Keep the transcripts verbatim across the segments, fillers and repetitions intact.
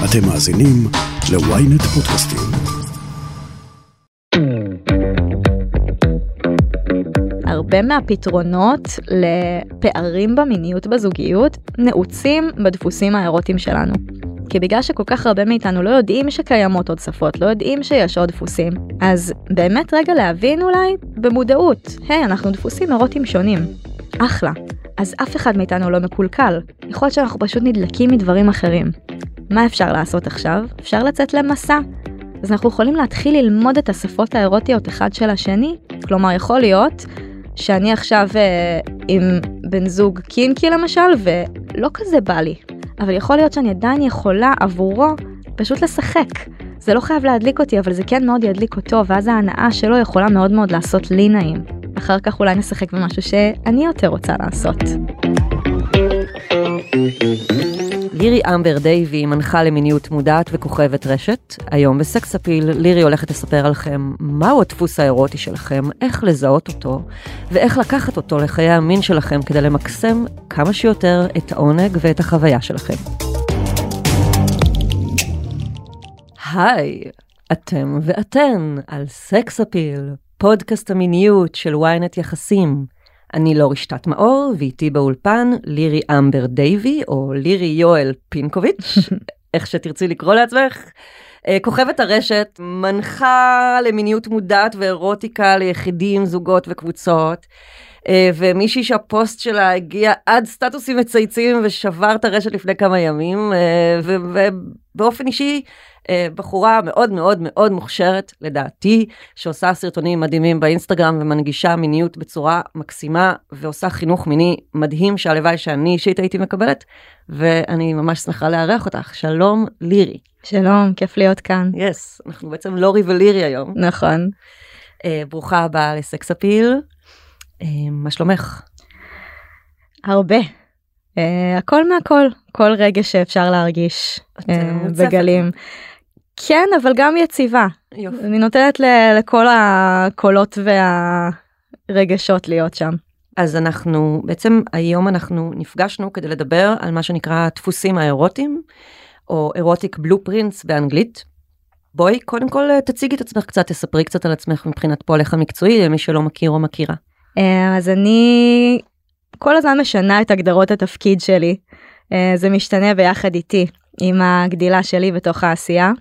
אתם מאזינים ל-ynet פודקאסטים. הרבה מהפתרונות לפערים במיניות בזוגיות נעוצים בדפוסים האירוטיים שלנו. כי בגלל שכל כך הרבה מאיתנו לא יודעים שקיימות עוד שפות, לא יודעים שיש עוד דפוסים, אז באמת רגע להבין אולי במודעות, היי, אנחנו דפוסים אירוטיים שונים. אחלה. אז אף אחד מאיתנו לא מקולקל. יכול להיות שאנחנו פשוט נדלקים מדברים אחרים. מה אפשר לעשות עכשיו? אפשר לצאת למסע. אז אנחנו יכולים להתחיל ללמוד את השפות האירוטיות אחד של השני. כלומר, יכול להיות שאני עכשיו אה, עם בן זוג קינקי למשל, ולא כזה בא לי. אבל יכול להיות שאני עדיין יכולה עבורו פשוט לשחק. זה לא חייב להדליק אותי, אבל זה כן מאוד ידליק אותו, ואז ההנאה שלו יכולה מאוד מאוד לעשות לי נעים. אחר כך אולי נשחק במשהו שאני יותר רוצה לעשות. לירי אמבר דיווי, מנחה למיניות מודעת וכוכבת רשת. היום בסקס אפיל, לירי הולכת לספר עליכם מהו הדפוס האירוטי שלכם, איך לזהות אותו, ואיך לקחת אותו לחיי המין שלכם כדי למקסם כמה שיותר את העונג ואת החוויה שלכם. היי, אתם ואתן על סקס אפיל, פודקאסט המיניות של ynet יחסים. אני לא רשתת מאור, ואיתי באולפן לירי אמבר דיווי, או לירי יואל פינקוביץ', איך שתרצי לקרוא לעצמך. כוכבת הרשת, מנחה למיניות מודעת ואירוטיקה ליחידים, זוגות וקבוצות, ומישהי שהפוסט שלה הגיע עד סטטוסים מצייצים ושבר את הרשת לפני כמה ימים, ובאופן אישי, בחורה מאוד מאוד מאוד מוכשרת לדעתי, שעושה סרטונים מדהימים באינסטגרם ומנגישה מיניות בצורה מקסימה, ועושה חינוך מיני מדהים שהלוואי שאני אישית הייתי מקבלת, ואני ממש שמחה לארח אותך. שלום לירי. שלום, כיף להיות כאן. יס, אנחנו בעצם לורי ולירי היום. נכון. ברוכה הבאה לסקס אפיל. מה שלומך? הרבה. הכל מהכל, כל רגע שאפשר להרגיש בגלים. כן, אבל גם יציבה. יופי. אני נותנת לכל הקולות והרגשות להיות שם. אז אנחנו, בעצם היום אנחנו נפגשנו כדי לדבר על מה שנקרא דפוסים האירוטיים, או אירוטיק בלופרינטס באנגלית. בואי, קודם כל תציגי את עצמך קצת, תספרי קצת על עצמך מבחינת פועלך המקצועי, למי שלא מכיר או מכירה. אז אני כל הזמן משנה את הגדרות התפקיד שלי. זה משתנה ביחד איתי, עם הגדילה שלי בתוך העשייה.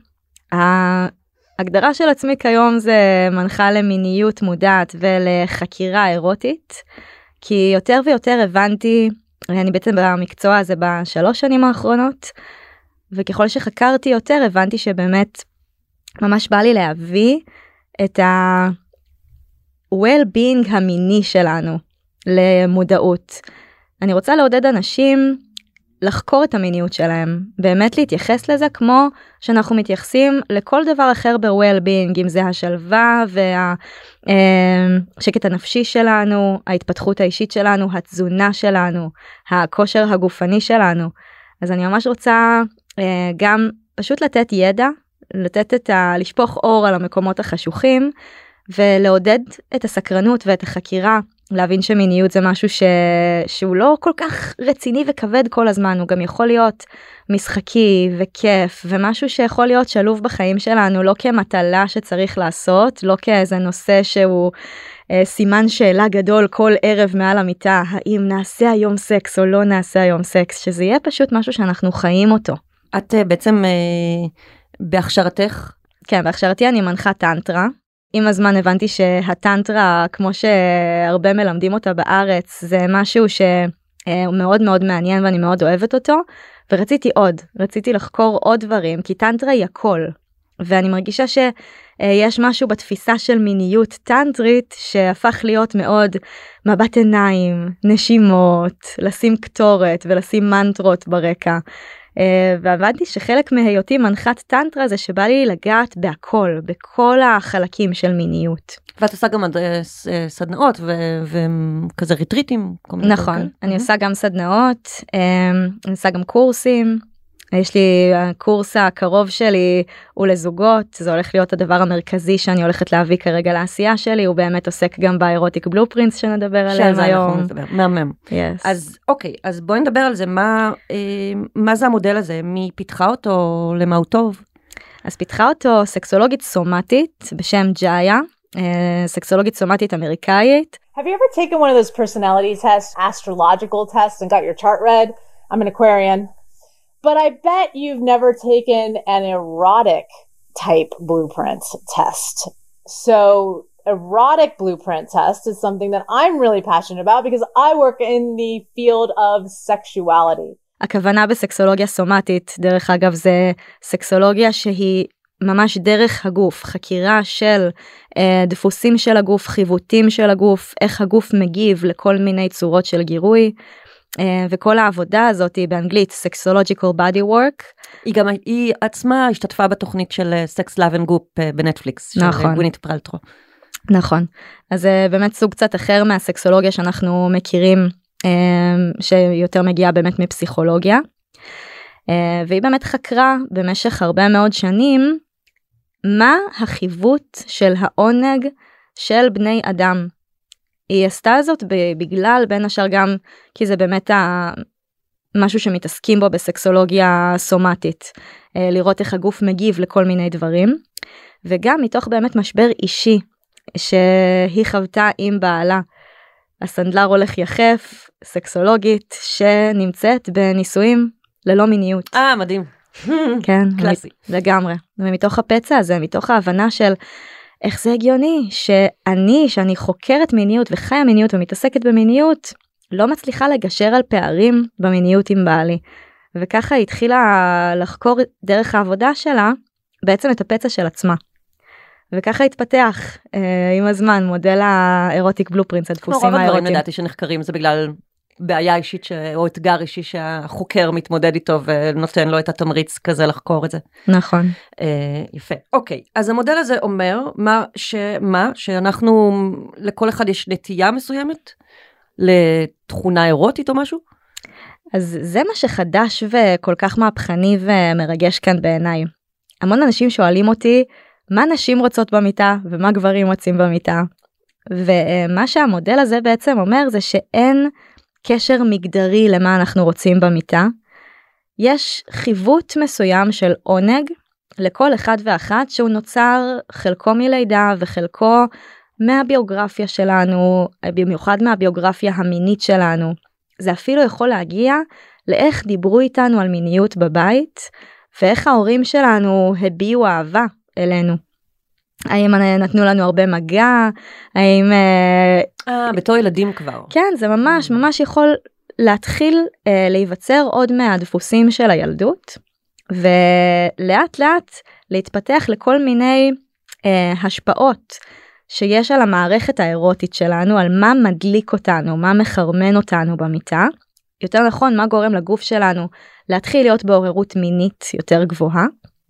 ההגדרה של עצמי כיום זה מנחה למיניות מודעת ולחקירה אירוטית, כי יותר ויותר הבנתי, אני בעצם במקצוע הזה בשלוש שנים האחרונות, וככל שחקרתי יותר הבנתי שבאמת ממש בא לי להביא את ה-well-being המיני שלנו למודעות. אני רוצה לעודד אנשים לחקור את המיניות שלהם, באמת להתייחס לזה כמו שאנחנו מתייחסים לכל דבר אחר ב-well-being, אם זה השלווה והשקט הנפשי שלנו, ההתפתחות האישית שלנו, התזונה שלנו, הכושר הגופני שלנו. אז אני ממש רוצה גם פשוט לתת ידע, לתת את ה... לשפוך אור על המקומות החשוכים, ולעודד את הסקרנות ואת החקירה, להבין שמיניות זה משהו ש... שהוא לא כל כך רציני וכבד כל הזמן, הוא גם יכול להיות משחקי וכיף, ומשהו שיכול להיות שלוב בחיים שלנו, לא כמטלה שצריך לעשות, לא כאיזה נושא שהוא אה, סימן שאלה גדול כל ערב מעל המיטה, האם נעשה היום סקס או לא נעשה היום סקס, שזה יהיה פשוט משהו שאנחנו חיים אותו. את אה, בעצם אה, בהכשרתך? כן, בהכשרתי אני מנחה טנטרה. עם הזמן הבנתי שהטנטרה, כמו שהרבה מלמדים אותה בארץ, זה משהו שהוא מאוד מאוד מעניין ואני מאוד אוהבת אותו, ורציתי עוד, רציתי לחקור עוד דברים, כי טנטרה היא הכל, ואני מרגישה שיש משהו בתפיסה של מיניות טנטרית, שהפך להיות מאוד מבט עיניים, נשימות, לשים קטורת ולשים מנטרות ברקע, והבנתי שחלק מהיותי מנחת טנטרה זה שבא לי לגעת בהכל, בכל החלקים של מיניות. ואת עושה גם סדנאות וכזה ריטריטים. נכון, אני עושה גם סדנאות, אני עושה גם קורסים, יש לי, הקורס הקרוב שלי הוא לזוגות, זה הולך להיות הדבר המרכזי שאני הולכת להביא כרגע לעשייה שלי, הוא באמת עוסק גם באירוטיק בלופרינטס שנדבר עליהם היום. מהמם. Yes. אז אוקיי, אז בואי נדבר על זה, מה, אה, מה זה המודל הזה? מי פיתחה אותו, למה הוא טוב? אז פיתחה אותו סקסולוגית סומטית בשם ג'איה, אה, סקסולוגית סומטית אמריקאית. Have you ever taken one of those personality tests, astrological tests, and got your chart read? I'm an Aquarian. But I bet you've never taken an erotic type blueprint test. So erotic blueprint test is something that I'm really passionate about because I work in the field of sexuality. הכוונה בסקסולוגיה סומטית, דרך אגב, זה סקסולוגיה שהיא ממש דרך הגוף, חקירה של אה, דפוסים של הגוף, חיווטים של הגוף, איך הגוף מגיב לכל מיני צורות של גירוי. וכל העבודה הזאת היא באנגלית Sexological Body Work. היא גם, היא עצמה השתתפה בתוכנית של Sex Love and Goop בנטפליקס, נכון. של גווינית פלטרו. נכון. אז זה באמת סוג קצת אחר מהסקסולוגיה שאנחנו מכירים, שיותר מגיעה באמת מפסיכולוגיה. והיא באמת חקרה במשך הרבה מאוד שנים, מה החיווט של העונג של בני אדם. היא עשתה זאת בגלל בין השאר גם כי זה באמת משהו שמתעסקים בו בסקסולוגיה סומטית, לראות איך הגוף מגיב לכל מיני דברים, וגם מתוך באמת משבר אישי שהיא חוותה עם בעלה. הסנדלר הולך יחף, סקסולוגית שנמצאת בנישואים ללא מיניות. אה, מדהים. כן, קלאסי. לגמרי. ומתוך הפצע הזה, מתוך ההבנה של איך זה הגיוני שאני, שאני חוקרת מיניות וחיה מיניות ומתעסקת במיניות, לא מצליחה לגשר על פערים במיניות עם בעלי. וככה היא התחילה לחקור דרך העבודה שלה, בעצם את הפצע של עצמה. וככה התפתח אה, עם הזמן מודל האירוטיק בלופרינטס, הדפוסים האירוטיים. רוב הדברים ידעתי שנחקרים, זה בגלל בעיה אישית ש... או אתגר אישי שהחוקר מתמודד איתו ונותן לו את התמריץ כזה לחקור את זה. נכון. אה, יפה. אוקיי, אז המודל הזה אומר מה, ש... מה שאנחנו, לכל אחד יש נטייה מסוימת לתכונה אירוטית או משהו? אז זה מה שחדש וכל כך מהפכני ומרגש כאן בעיניי. המון אנשים שואלים אותי, מה נשים רוצות במיטה ומה גברים רוצים במיטה. ומה שהמודל הזה בעצם אומר זה שאין קשר מגדרי למה אנחנו רוצים במיטה. יש חיווט מסוים של עונג לכל אחד ואחת שהוא נוצר חלקו מלידה וחלקו מהביוגרפיה שלנו, במיוחד מהביוגרפיה המינית שלנו. זה אפילו יכול להגיע לאיך דיברו איתנו על מיניות בבית ואיך ההורים שלנו הביעו אהבה אלינו. האם נתנו לנו הרבה מגע, האם... אה, בתור ילדים כבר. כן, זה ממש, ממש יכול להתחיל אה, להיווצר עוד מהדפוסים של הילדות, ולאט לאט להתפתח לכל מיני אה, השפעות שיש על המערכת האירוטית שלנו, על מה מדליק אותנו, מה מחרמן אותנו במיטה. יותר נכון, מה גורם לגוף שלנו להתחיל להיות בעוררות מינית יותר גבוהה.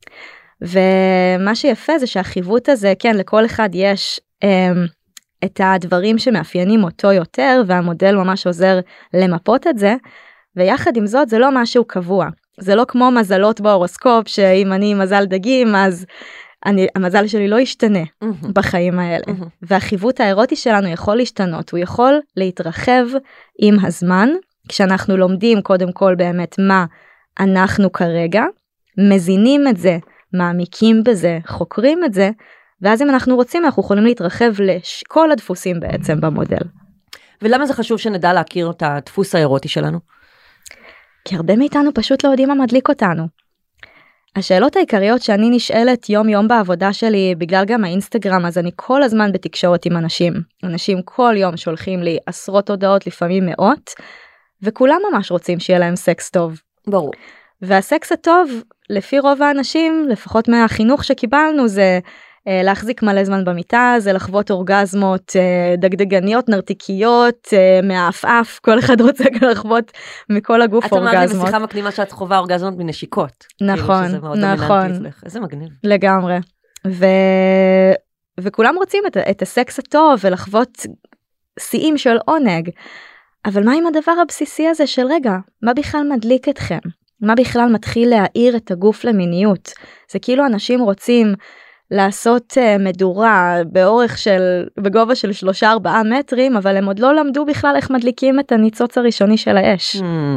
ומה שיפה זה שהחיווט הזה, כן, לכל אחד יש אה, את הדברים שמאפיינים אותו יותר, והמודל ממש עוזר למפות את זה, ויחד עם זאת זה לא משהו קבוע. זה לא כמו מזלות בהורוסקופ, שאם אני מזל דגים, אז אני, המזל שלי לא ישתנה mm-hmm. בחיים האלה. Mm-hmm. והחיווט האירוטי שלנו יכול להשתנות, הוא יכול להתרחב עם הזמן, כשאנחנו לומדים קודם כל באמת מה אנחנו כרגע, מזינים את זה, מעמיקים בזה, חוקרים את זה, ואז אם אנחנו רוצים, אנחנו יכולים להתרחב לכל הדפוסים בעצם במודל. ולמה זה חשוב שנדע להכיר את הדפוס האירוטי שלנו? כי הרבה מאיתנו פשוט לא יודעים מה מדליק אותנו. השאלות העיקריות שאני נשאלת יום יום בעבודה שלי, בגלל גם האינסטגרם, אז אני כל הזמן בתקשורת עם אנשים. אנשים כל יום שולחים לי עשרות הודעות, לפעמים מאות, וכולם ממש רוצים שיהיה להם סקס טוב. ברור. והסקס הטוב, לפי רוב האנשים, לפחות מהחינוך שקיבלנו, זה אה, להחזיק מלא זמן במיטה, זה לחוות אורגזמות אה, דגדגניות, נרתיקיות, אה, מהאף-אף, כל אחד רוצה לחוות מכל הגוף את אורגזמות. את אמרת לי בשיחה מקדימה שאת חובה אורגזמות מנשיקות. נכון, כאילו נכון. איזה מגניב. לגמרי. ו... וכולם רוצים את, את הסקס הטוב ולחוות שיאים של עונג. אבל מה עם הדבר הבסיסי הזה של רגע, מה בכלל מדליק אתכם? מה בכלל מתחיל להעיר את הגוף למיניות. זה כאילו אנשים רוצים לעשות uh, מדורה באורך של, בגובה של שלושה ארבעה מטרים, אבל הם עוד לא למדו בכלל איך מדליקים את הניצוץ הראשוני של האש.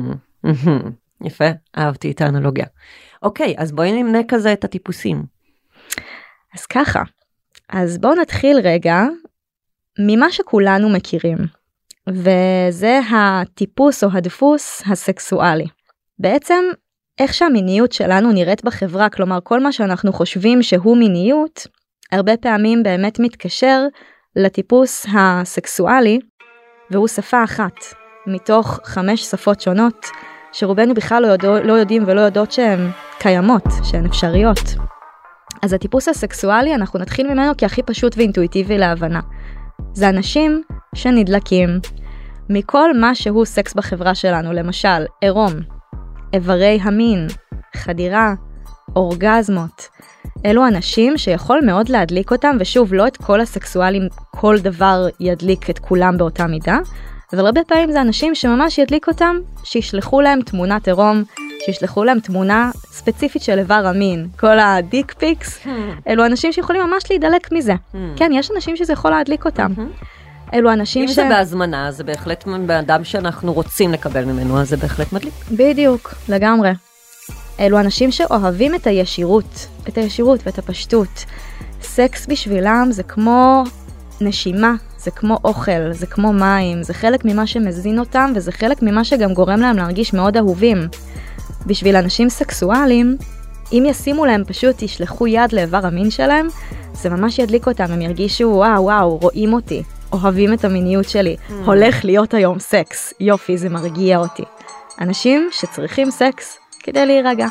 יפה, אהבתי את האנלוגיה. אוקיי, אז בואי נמנה כזה את הטיפוסים. אז ככה, אז בואו נתחיל רגע ממה שכולנו מכירים, וזה הטיפוס או הדפוס הסקסואלי. בעצם איך שהמיניות שלנו נראית בחברה, כלומר כל מה שאנחנו חושבים שהוא מיניות, הרבה פעמים באמת מתקשר לטיפוס הסקסואלי, והוא שפה אחת מתוך חמש שפות שונות, שרובנו בכלל לא, יודע, לא יודעים ולא יודעות שהן קיימות, שהן אפשריות. אז הטיפוס הסקסואלי, אנחנו נתחיל ממנו כי הכי פשוט ואינטואיטיבי להבנה. זה אנשים שנדלקים מכל מה שהוא סקס בחברה שלנו, למשל עירום, איברי המין, חדירה, אורגזמות. אלו אנשים שיכול מאוד להדליק אותם, ושוב, לא את כל הסקסואלים, כל דבר ידליק את כולם באותה מידה, אבל הרבה פעמים זה אנשים שממש ידליק אותם, שישלחו להם תמונת עירום, שישלחו להם תמונה ספציפית של איבר המין, כל הדיק פיקס, אלו אנשים שיכולים ממש להידלק מזה. כן, יש אנשים שזה יכול להדליק אותם. אלו אנשים ש... אם זה בהזמנה, זה בהחלט באדם שאנחנו רוצים לקבל ממנו, אז זה בהחלט מדליק. בדיוק, לגמרי. אלו אנשים שאוהבים את הישירות, את הישירות ואת הפשטות. סקס בשבילם זה כמו נשימה, זה כמו אוכל, זה כמו מים, זה חלק ממה שמזין אותם, וזה חלק ממה שגם גורם להם להרגיש מאוד אהובים. בשביל אנשים סקסואלים, אם ישימו להם פשוט, ישלחו יד לאיבר המין שלהם, זה ממש ידליק אותם, הם ירגישו, וואו, וואו, רואים אותי, אוהבים את המיניות שלי, mm. הולך להיות היום סקס, יופי, זה מרגיע אותי. אנשים שצריכים סקס כדי להירגע.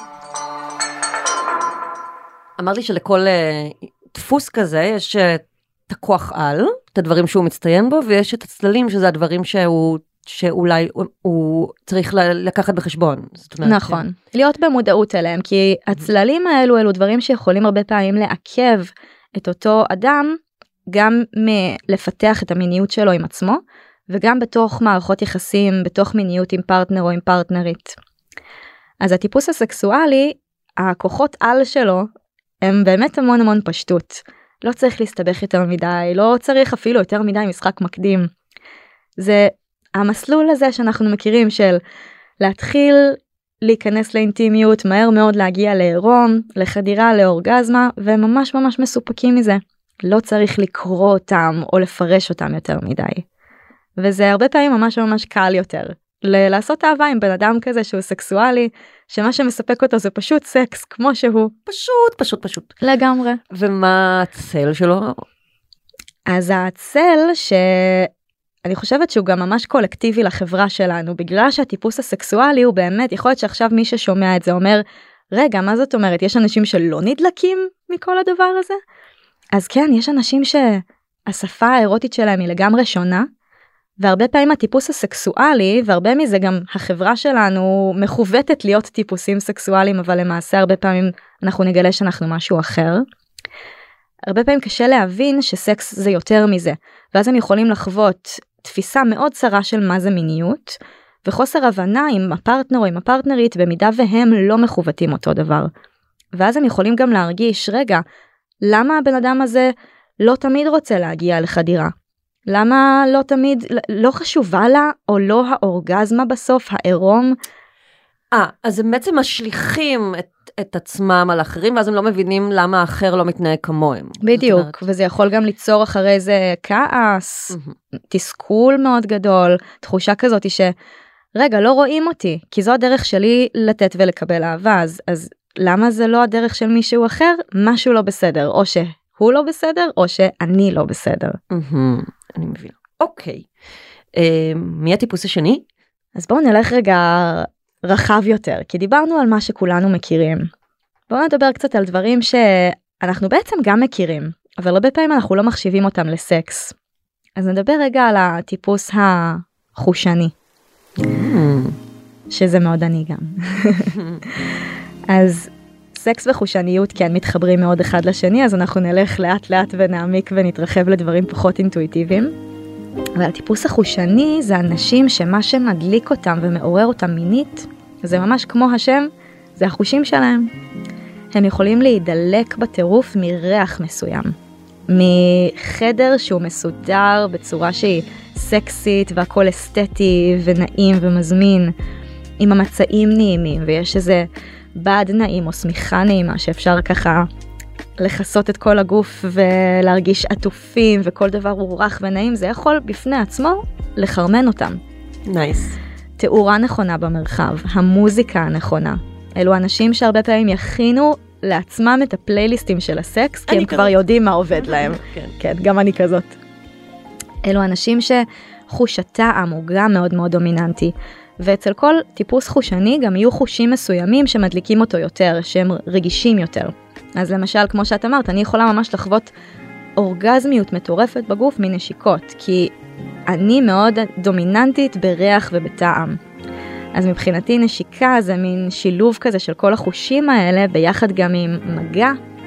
אמרתי שלכל uh, דפוס כזה יש uh, את הכוח על, את הדברים שהוא מצטיין בו, ויש את הצללים שזה הדברים שהוא, שאולי הוא, הוא צריך לקחת בחשבון. זאת אומרת, נכון, ש... להיות במודעות אליהם, כי הצללים האלו אלו דברים שיכולים הרבה פעמים לעכב את אותו אדם, גם מלפתח את המיניות שלו עם עצמו, וגם בתוך מערכות יחסים, בתוך מיניות עם פרטנר או עם פרטנרית. אז הטיפוס הסקסואלי, הכוחות על שלו, הם באמת המון המון פשטות. לא צריך להסתבך יותר מדי, לא צריך אפילו יותר מדי משחק מקדים. זה המסלול הזה שאנחנו מכירים של להתחיל להיכנס לאינטימיות, מהר מאוד להגיע לעירום, לחדירה, לאורגזמה, והם ממש ממש מסופקים מזה. לא צריך לקרוא אותם או לפרש אותם יותר מדי. וזה הרבה פעמים ממש ממש קל יותר. ל- לעשות אהבה עם בן אדם כזה שהוא סקסואלי, שמה שמספק אותו זה פשוט סקס כמו שהוא. פשוט, פשוט, פשוט. לגמרי. ומה הצל שלו? אז הצל שאני חושבת שהוא גם ממש קולקטיבי לחברה שלנו, בגלל שהטיפוס הסקסואלי הוא באמת, יכול להיות שעכשיו מי ששומע את זה אומר, רגע, מה זאת אומרת? יש אנשים שלא נדלקים מכל הדבר הזה? אז כן, יש אנשים שהשפה האירוטית שלהם היא לגמרי שונה, והרבה פעמים הטיפוס הסקסואלי, והרבה מזה גם החברה שלנו מכוותת להיות טיפוסים סקסואליים, אבל למעשה הרבה פעמים אנחנו נגלה שאנחנו משהו אחר. הרבה פעמים קשה להבין שסקס זה יותר מזה, ואז הם יכולים לחוות תפיסה מאוד צרה של מה זה מיניות, וחוסר הבנה עם הפרטנר או עם הפרטנרית, במידה והם לא מכוותים אותו דבר. ואז הם יכולים גם להרגיש, רגע, למה הבן אדם הזה לא תמיד רוצה להגיע לחדירה? למה לא תמיד, לא חשובה לה, או לא האורגזמה בסוף, העירום? אה, אז הם בעצם משליכים את, את עצמם על אחרים, ואז הם לא מבינים למה האחר לא מתנהג כמוהם. בדיוק, אומרת... וזה יכול גם ליצור אחרי זה כעס, mm-hmm. תסכול מאוד גדול, תחושה כזאת ש, רגע, לא רואים אותי, כי זו הדרך שלי לתת ולקבל אהבה, אז, אז למה זה לא הדרך של מישהו אחר? משהו לא בסדר, או שהוא לא בסדר, או שאני לא בסדר. Mm-hmm. אני מבינה. אוקיי. אה, מי הטיפוס השני? אז בואו נלך רגע רחב יותר, כי דיברנו על מה שכולנו מכירים. בואו נדבר קצת על דברים שאנחנו בעצם גם מכירים, אבל הרבה פעמים אנחנו לא מחשיבים אותם לסקס. אז נדבר רגע על הטיפוס החושני. Mm. שזה מאוד אני גם. אז סקס וחושניות כן מתחברים מאוד אחד לשני, אז אנחנו נלך לאט לאט ונעמיק ונתרחב לדברים פחות אינטואיטיביים. אבל הטיפוס החושני זה אנשים שמה שמדליק אותם ומעורר אותם מינית, זה ממש כמו השם, זה החושים שלהם. הם יכולים להידלק בטירוף מריח מסוים, מחדר שהוא מסודר בצורה שהיא סקסית והכל אסתטי ונעים ומזמין, עם המצעים נעימים ויש איזה בד נעים או סמיכה נעימה שאפשר ככה לחסות את כל הגוף ולהרגיש עטופים וכל דבר הוא רך ונעים, זה יכול בפני עצמו לחרמן אותם. נייס. תאורה נכונה במרחב, המוזיקה הנכונה. אלו אנשים שהרבה פעמים יכינו לעצמם את הפלייליסטים של הסקס, כי הם כבר יודעים מה עובד להם. כן. כן, גם אני כזאת. אלו אנשים שחוש הטעם הוא גם מאוד מאוד דומיננטי, ואצל כל טיפוס חושני גם יהיו חושים מסוימים שמדליקים אותו יותר, שהם רגישים יותר. אז למשל, כמו שאת אמרת, אני יכולה ממש לחוות אורגזמיות מטורפת בגוף מנשיקות, כי אני מאוד דומיננטית בריח ובטעם. אז מבחינתי נשיקה זה מין שילוב כזה של כל החושים האלה, ביחד גם עם מגע,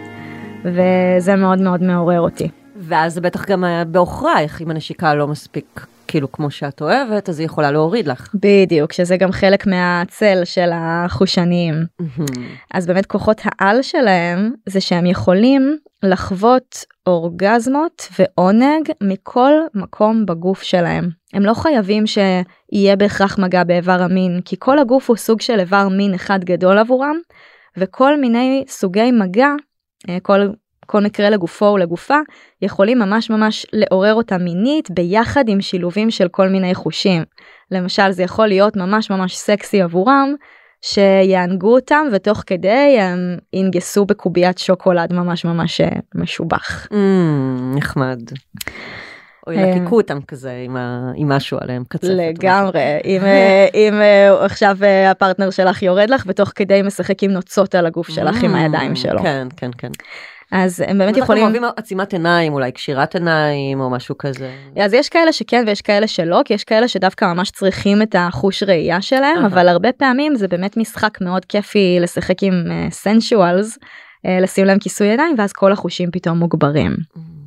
וזה מאוד מאוד מעורר אותי. ואז זה בטח גם באוכרייך, אם הנשיקה לא מספיק כאילו כמו שאת אוהבת, אז היא יכולה להוריד לך. בדיוק, שזה גם חלק מהצל של החושניים. אז באמת כוחות העל שלהם, זה שהם יכולים לחוות אורגזמות ועונג מכל מקום בגוף שלהם. הם לא חייבים שיהיה בהכרח מגע באיבר המין, כי כל הגוף הוא סוג של איבר מין אחד גדול עבורם, וכל מיני סוגי מגע, כל כל מקרה לגופו ולגופה, יכולים ממש ממש לעורר אותה מינית ביחד עם שילובים של כל מיני חושים. למשל, זה יכול להיות ממש ממש סקסי עבורם, שיענגו אותם ותוך כדי הם ינגסו בקוביית שוקולד ממש ממש משובח. Mm, נחמד. או ילקקו אותם כזה עם, ה... עם משהו עליהם, קצפת. לגמרי, אם, אם עכשיו הפרטנר שלך יורד לך, ותוך כדי משחק עם נוצות על הגוף שלך עם הידיים שלו. כן, כן, כן. אז הם באמת יכולים... אנחנו אוהבים עצימת עיניים, אולי קשירת עיניים או משהו כזה. אז יש כאלה שכן ויש כאלה שלא, כי יש כאלה שדווקא ממש צריכים את החוש ראייה שלהם, אבל הרבה פעמים זה באמת משחק מאוד כיפי לשחק עם סנשואלס, לשים להם כיסוי עיניים, ואז כל החושים פתאום מוגברים.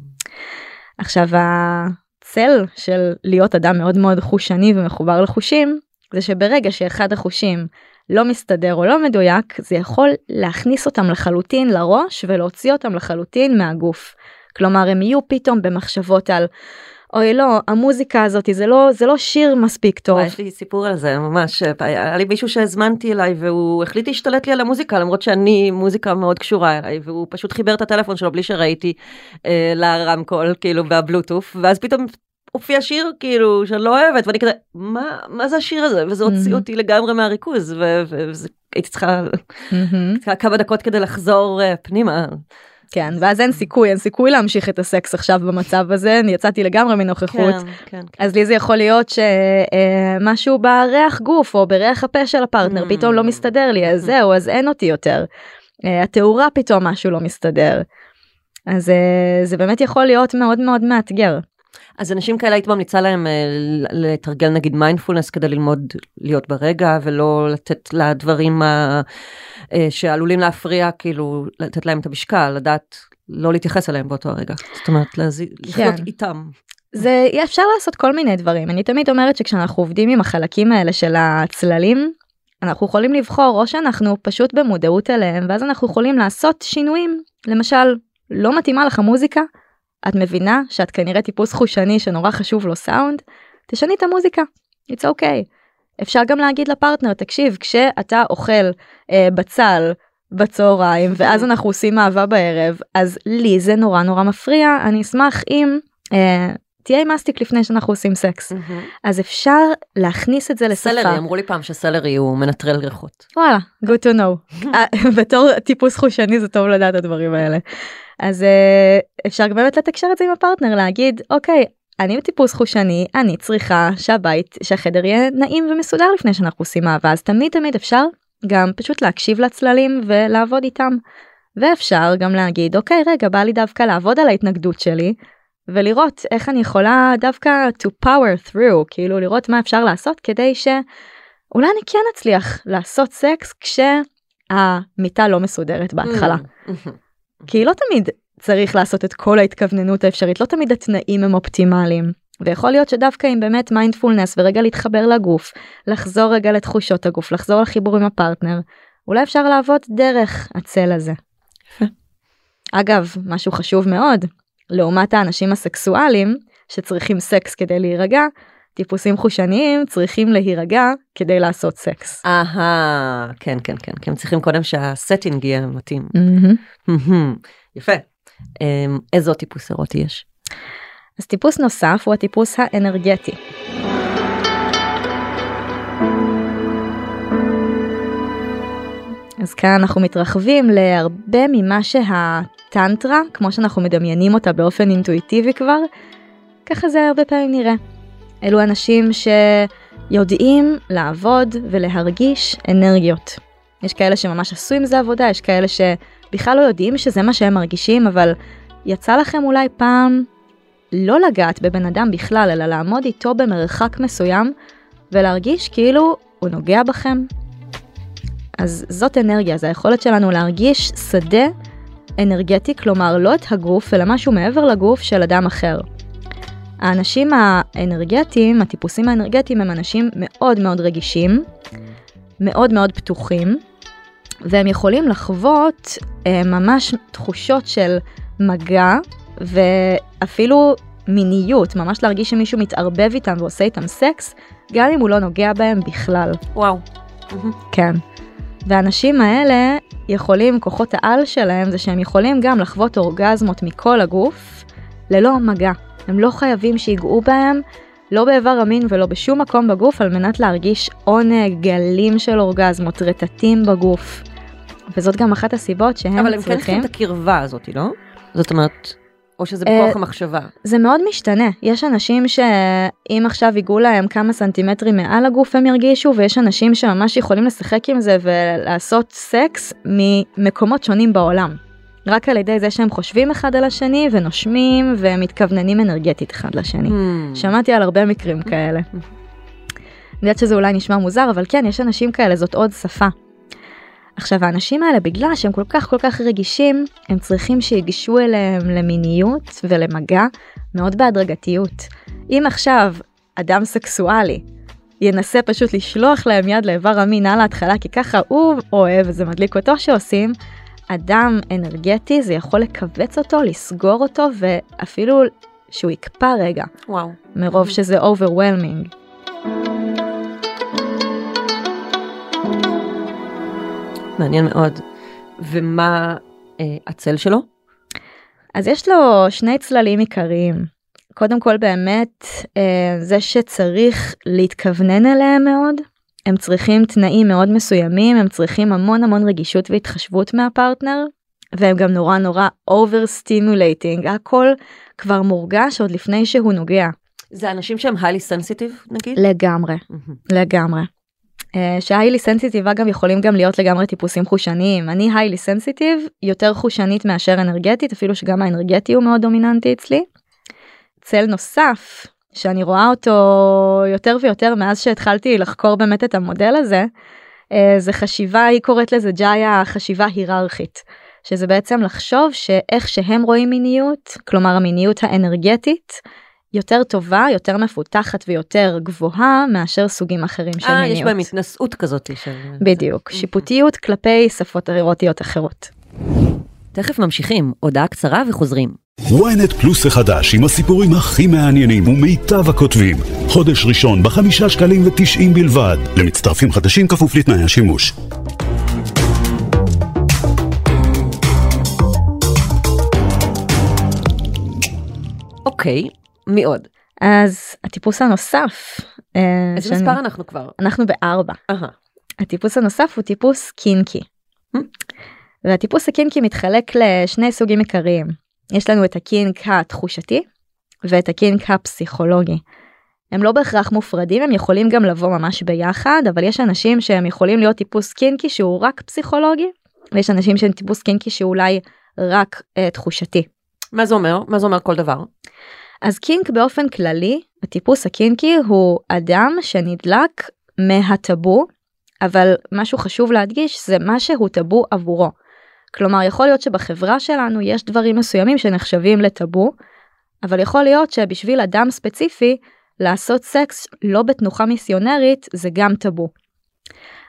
עכשיו, הצל של להיות אדם מאוד מאוד חושני ומחובר לחושים, זה שברגע שאחד החושים לא מסתדר או לא מדויק, זה יכול להכניס אותם לחלוטין לראש ולהוציא אותם לחלוטין מהגוף. כלומר, הם יהיו פתאום במחשבות על, אוי לא, המוזיקה הזאת, זה לא, זה לא שיר מספיק טוב. יש לי סיפור על זה, ממש, היה לי מישהו שהזמנתי אליי, והוא החליט להשתלט לי על המוזיקה, למרות שאני מוזיקה מאוד קשורה אליי, והוא פשוט חיבר את הטלפון שלו בלי שראיתי אה, לרמקול, כאילו, בבלוטוף, ואז פתאום הופיע שיר, כאילו, שאני לא אוהבת, ואני כזה, מה, מה זה השיר הזה? וזה הוציא אותי לגמרי מהריכוז, והייתי צריכה כמה דקות כדי לחזור פנימה. כן, ואז אין סיכוי, אין סיכוי להמשיך את הסקס עכשיו במצב הזה, אני יצאתי לגמרי מנוכחות. כן, כן, כן. אז לי זה יכול להיות שמשהו בריח גוף, או בריח הפה של הפרטנר, פתאום לא מסתדר לי, אז זהו, אז אין אותי יותר. התאורה פתאום משהו לא מסתדר. אז זה באמת יכול להיות מאוד מאוד מאתגר. אז אנשים כאלה היית ממליצה להם לתרגל נגיד מיינדפולנס כדי ללמוד להיות ברגע, ולא לתת לדברים שעלולים להפריע, כאילו לתת להם את המשקל, לדעת לא להתייחס אליהם באותו הרגע. זאת אומרת, לחיות איתם. זה אפשר לעשות כל מיני דברים. אני תמיד אומרת שכשאנחנו עובדים עם החלקים האלה של הצללים, אנחנו יכולים לבחור או שאנחנו פשוט במודעות אליהם, ואז אנחנו יכולים לעשות שינויים. למשל, לא מתאימה לך מוזיקה, את מבינה שאת כנראה טיפוס חושני שנורא חשוב לו סאונד, תשני את המוזיקה, it's okay. אפשר גם להגיד לפרטנר, תקשיב, כשאתה אוכל אה, בצל בצהריים, ואז אנחנו עושים אהבה בערב, אז לי זה נורא נורא מפריע, אני אשמח אם אה, תהיה עם מסטיק לפני שאנחנו עושים סקס. אז אפשר להכניס את זה לשפה. סלרי, אמרו לי פעם שסלרי הוא מנטרל ריחות. וואלה, good to know. בתור טיפוס חושני זה טוב לדעת את הדברים האלה. אז אפשר באמת לתקשר את זה עם הפרטנר, להגיד, אוקיי, אני בטיפוס חושני, אני צריכה שהבית, שהחדר יהיה נעים ומסודר לפני שאנחנו עושים אהבה, אז תמיד תמיד אפשר גם פשוט להקשיב לצללים ולעבוד איתם, ואפשר גם להגיד, אוקיי, רגע, בא לי דווקא לעבוד על ההתנגדות שלי, ולראות איך אני יכולה דווקא to power through, כאילו לראות מה אפשר לעשות, כדי שאולי אני כן אצליח לעשות סקס, כשהמיטה לא מסודרת בהתחלה. כי לא תמיד צריך לעשות את כל ההתכווננות האפשרית, לא תמיד התנאים הם אופטימליים, ויכול להיות שדווקא עם באמת מיינדפולנס ורגע להתחבר לגוף, לחזור רגע לתחושות הגוף, לחזור לחיבור עם הפרטנר, אולי אפשר לעבוד דרך הצל הזה. אגב, משהו חשוב מאוד, לעומת האנשים הסקסואליים שצריכים סקס כדי להירגע, טיפוסים חושניים צריכים להירגע כדי לעשות סקס. אהה, כן, כן, כן, כי הם צריכים קודם שהסטינג יהיה מתאים. יפה. איזו טיפוס אירוטי יש? אז טיפוס נוסף הוא הטיפוס האנרגטי. אז כאן אנחנו מתרחבים להרבה ממה שהטנטרה, כמו שאנחנו מדמיינים אותה באופן אינטואיטיבי כבר, ככה זה הרבה פעמים נראה. אלו אנשים שיודעים לעבוד ולהרגיש אנרגיות. יש כאלה שממש עשו עם זה עבודה, יש כאלה שבכלל לא יודעים שזה מה שהם מרגישים, אבל יצא לכם אולי פעם לא לגעת בבן אדם בכלל, אלא לעמוד איתו במרחק מסוים, ולהרגיש כאילו הוא נוגע בכם. אז זאת אנרגיה, זה היכולת שלנו להרגיש שדה אנרגטי, כלומר לא את הגוף, אלא משהו מעבר לגוף של אדם אחר. האנשים האנרגטיים, הטיפוסים האנרגטיים, הם אנשים מאוד מאוד רגישים, מאוד מאוד פתוחים, והם יכולים לחוות אה, ממש תחושות של מגע, ואפילו מיניות, ממש להרגיש שמישהו מתערבב איתם ועושה איתם סקס, גם אם הוא לא נוגע בהם בכלל. וואו. כן. והאנשים האלה יכולים, כוחות העל שלהם, זה שהם יכולים גם לחוות אורגזמות מכל הגוף, ללא מגע. הם לא חייבים שיגעו בהם, לא באיבר המין ולא בשום מקום בגוף, על מנת להרגיש עונג, גלים של אורגזמות, רטטים בגוף. וזאת גם אחת הסיבות שהם צריכים... אבל הם כן צריכים את הקרבה הזאת, לא? זאת אומרת, או שזה בכוח המחשבה? זה מאוד משתנה. יש אנשים שאם עכשיו ייגעו להם כמה סנטימטרים מעל הגוף הם ירגישו, ויש אנשים שממש יכולים לשחק עם זה ולעשות סקס ממקומות שונים בעולם. רק על ידי זה שהם חושבים אחד על השני ונושמים ומתכווננים אנרגטית אחד לשני. Hmm. שמעתי על הרבה מקרים כאלה. אני יודעת שזה אולי נשמע מוזר, אבל כן, יש אנשים כאלה, זאת עוד שפה. עכשיו, האנשים האלה, בגלל שהם כל כך כל כך רגישים, הם צריכים שיגשו אליהם למיניות ולמגע מאוד בהדרגתיות. אם עכשיו אדם סקסואלי ינסה פשוט לשלוח להם יד לאיבר המין על ההתחלה, כי ככה הוא אוהב וזה מדליק אותו שעושים, אדם אנרגטי זה יכול לקבץ אותו, לסגור אותו, ואפילו שהוא יקפא רגע. וואו. מרוב שזה overwhelming. מעניין מאוד. ומה אה, הצל שלו? אז יש לו שני צללים עיקריים. קודם כל באמת, אה, זה שצריך להתכוונן אליהם מאוד. הם צריכים תנאים מאוד מסוימים, הם צריכים המון המון רגישות והתחשבות מהפרטנר, והם גם נורא נורא overstimulating. הכל כבר מורגש עוד לפני שהוא נוגע. זה אנשים שהם highly sensitive, נגיד? לגמרי, mm-hmm. לגמרי. שה-highly sensitive אגב יכולים גם להיות לגמרי טיפוסים חושניים. אני highly sensitive, יותר חושנית מאשר אנרגטית, אפילו שגם האנרגטי הוא מאוד דומיננטי אצלי. צל נוסף, שאני רואה אותו יותר ויותר מאז שהתחלתי לחקור באמת את המודל הזה, זה חשיבה, היא קוראת לזה ג'איה, חשיבה היררכית. שזה בעצם לחשוב שאיך שהם רואים מיניות, כלומר המיניות האנרגטית, יותר טובה, יותר מפותחת ויותר גבוהה מאשר סוגים אחרים של מיניות. אה, יש בהם התנסות כזאת. בדיוק, שיפוטיות כלפי שפות אירוטיות אחרות. תכף ממשיכים, הודעה קצרה וחוזרים. וויינט פלוס החדש עם הסיפורים הכי מעניינים ומיטב הכותבים. חודש ראשון בחמישה שקלים ותשעים בלבד. למצטרפים חדשים כפוף לתנאי השימוש. אוקיי. מי עוד? אז הטיפוס הנוסף... איזה שאני... מספר אנחנו כבר? אנחנו בארבע. Aha. הטיפוס הנוסף הוא טיפוס קינקי. Hmm? והטיפוס הקינקי מתחלק לשני סוגים עיקריים. יש לנו את הקינק התחושתי ואת הקינק הפסיכולוגי. הם לא בהכרח מופרדים, הם יכולים גם לבוא ממש ביחד, אבל יש אנשים שהם יכולים להיות טיפוס קינקי שהוא רק פסיכולוגי, ויש אנשים שהם טיפוס קינקי שהוא אולי רק uh, תחושתי. מה זה אומר? מה זה אומר כל דבר? אז קינק באופן כללי, הטיפוס הקינקי הוא אדם שנדלק מהטאבו, אבל משהו חשוב להדגיש זה מה שהוא טאבו עבורו. כלומר, יכול להיות שבחברה שלנו יש דברים מסוימים שנחשבים לטאבו, אבל יכול להיות שבשביל אדם ספציפי, לעשות סקס לא בתנוחה מיסיונרית זה גם טאבו.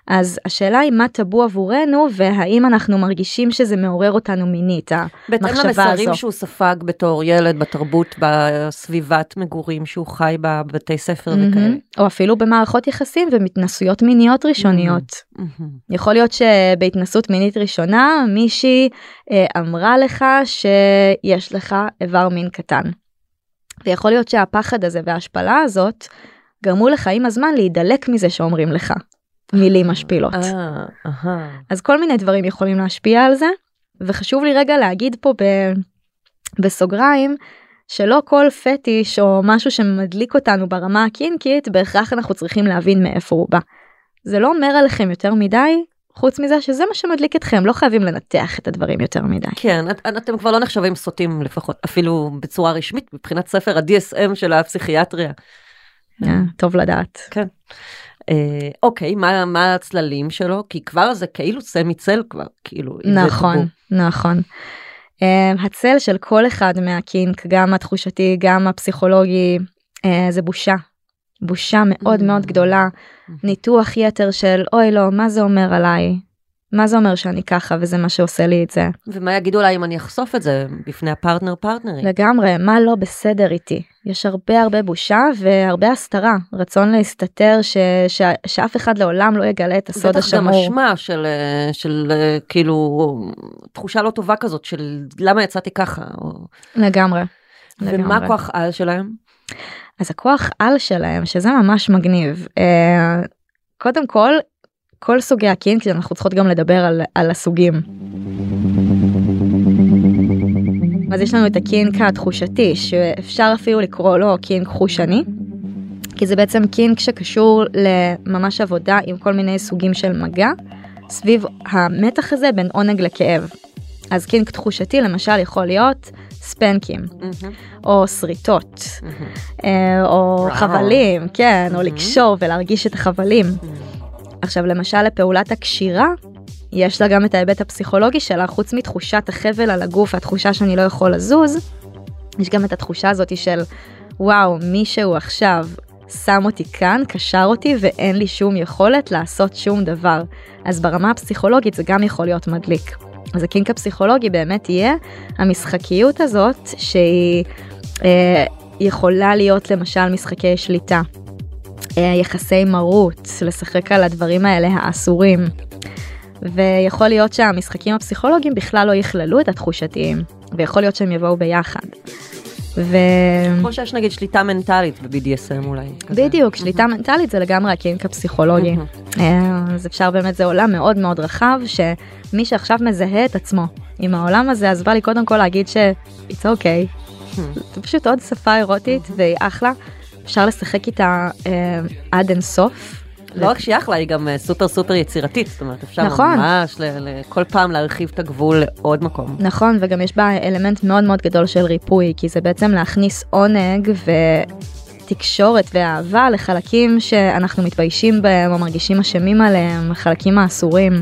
אז השאלה היא מה טבו עבורנו, והאם אנחנו מרגישים שזה מעורר אותנו מינית, המחשבה הזו. בהתאם למסרים שהוא ספג בתור ילד, בתרבות, בסביבת מגורים שהוא חי בבתי ספר mm-hmm. וכאלה. או אפילו במערכות יחסים ומתנסויות מיניות ראשוניות. Mm-hmm. יכול להיות שבהתנסות מינית ראשונה, מישהי אה, אמרה לך שיש לך איבר מין קטן. ויכול להיות שהפחד הזה וההשפלה הזאת, גרמו לך עם הזמן להידלק מזה שאומרים לך. מילים משפילות. אז כל מיני דברים יכולים להשפיע על זה, וחשוב לי רגע להגיד פה ב... בסוגריים, שלא כל פטיש או משהו שמדליק אותנו ברמה הקינקית, בהכרח אנחנו צריכים להבין מאיפה הוא בא. זה לא אומר עליכם יותר מדי, חוץ מזה שזה מה שמדליק אתכם, לא חייבים לנתח את הדברים יותר מדי. כן, את, אתם כבר לא נחשבים סוטים לפחות, אפילו בצורה רשמית, מבחינת ספר ה-די אס אם של הפסיכיאטריה. טוב לדעת. כן. אוקיי, מה, מה הצללים שלו? כי כבר זה כאילו סמי צל כבר, כאילו. נכון, נכון. הצל של כל אחד מהקינק, גם התחושתי, גם הפסיכולוגי, זה בושה. בושה מאוד מאוד גדולה. ניתוח יתר של, אוי לא, מה זה אומר עליי? מה זה אומר שאני ככה, וזה מה שעושה לי את זה. ומה יגידו לה אם אני אחשוף את זה בפני הפרטנר פרטנרי? לגמרי, מה לא בסדר איתי? יש הרבה הרבה בושה והרבה הסתרה, רצון להסתתר ש, ש, שאף אחד לעולם לא יגלה את הסוד השמור. בטח גם אשמה של, של כאילו תחושה לא טובה כזאת של למה יצאתי ככה. או... לגמרי. ומה לגמרי. כוח על שלהם? אז הכוח על שלהם, שזה ממש מגניב. קודם כל, כל סוגי הקינק, אנחנו צריכות גם לדבר על, על הסוגים. אז יש לנו את הקינק התחושתי, שאפשר אפילו לקרוא לו קינק חושני, כי זה בעצם קינק שקשור לממש עבודה עם כל מיני סוגים של מגע, סביב המתח הזה בין עונג לכאב. אז קינק תחושתי למשל יכול להיות ספנקים, mm-hmm. או שריטות, mm-hmm. או wow. חבלים, כן, mm-hmm. או לקשור ולהרגיש את החבלים. Mm-hmm. עכשיו למשל לפעולת הקשירה, יש לה גם את ההיבט הפסיכולוגי שלה, חוץ מתחושת החבל על הגוף, התחושה שאני לא יכול לזוז, יש גם את התחושה הזאת של, וואו, מישהו עכשיו שם אותי כאן, קשר אותי, ואין לי שום יכולת לעשות שום דבר. אז ברמה הפסיכולוגית זה גם יכול להיות מדליק. אז הקינק הפסיכולוגי באמת יהיה המשחקיות הזאת, שהיא אה, יכולה להיות למשל משחקי שליטה, אה, יחסי מרות, לשחק על הדברים האלה האסורים. ויכול להיות שהמשחקים הפסיכולוגיים בכלל לא יכללו את התחושתיים, ויכול להיות שהם יבואו ביחד. ו... כמו שיש נגיד שליטה מנטלית ב-בי די אס אם אולי. בדיוק, שליטה מנטלית זה לגמרי הקינק הפסיכולוגי. אז אפשר באמת, זה עולם מאוד מאוד רחב, שמי שעכשיו מזהה את עצמו עם העולם הזה, אז בא לי קודם כל להגיד ש- it's okay. זה פשוט עוד שפה אירוטית, והיא אחלה. אפשר לשחק איתה עד אין סוף. לא רק שהיא אחלה, היא גם סופר סופר יצירתית, זאת אומרת, אפשר ממש כל פעם להרחיב את הגבול לעוד מקום. נכון, וגם יש בה אלמנט מאוד מאוד גדול של ריפוי, כי זה בעצם להכניס עונג ותקשורת ואהבה לחלקים שאנחנו מתביישים בהם, או מרגישים אשמים עליהם, חלקים האסורים.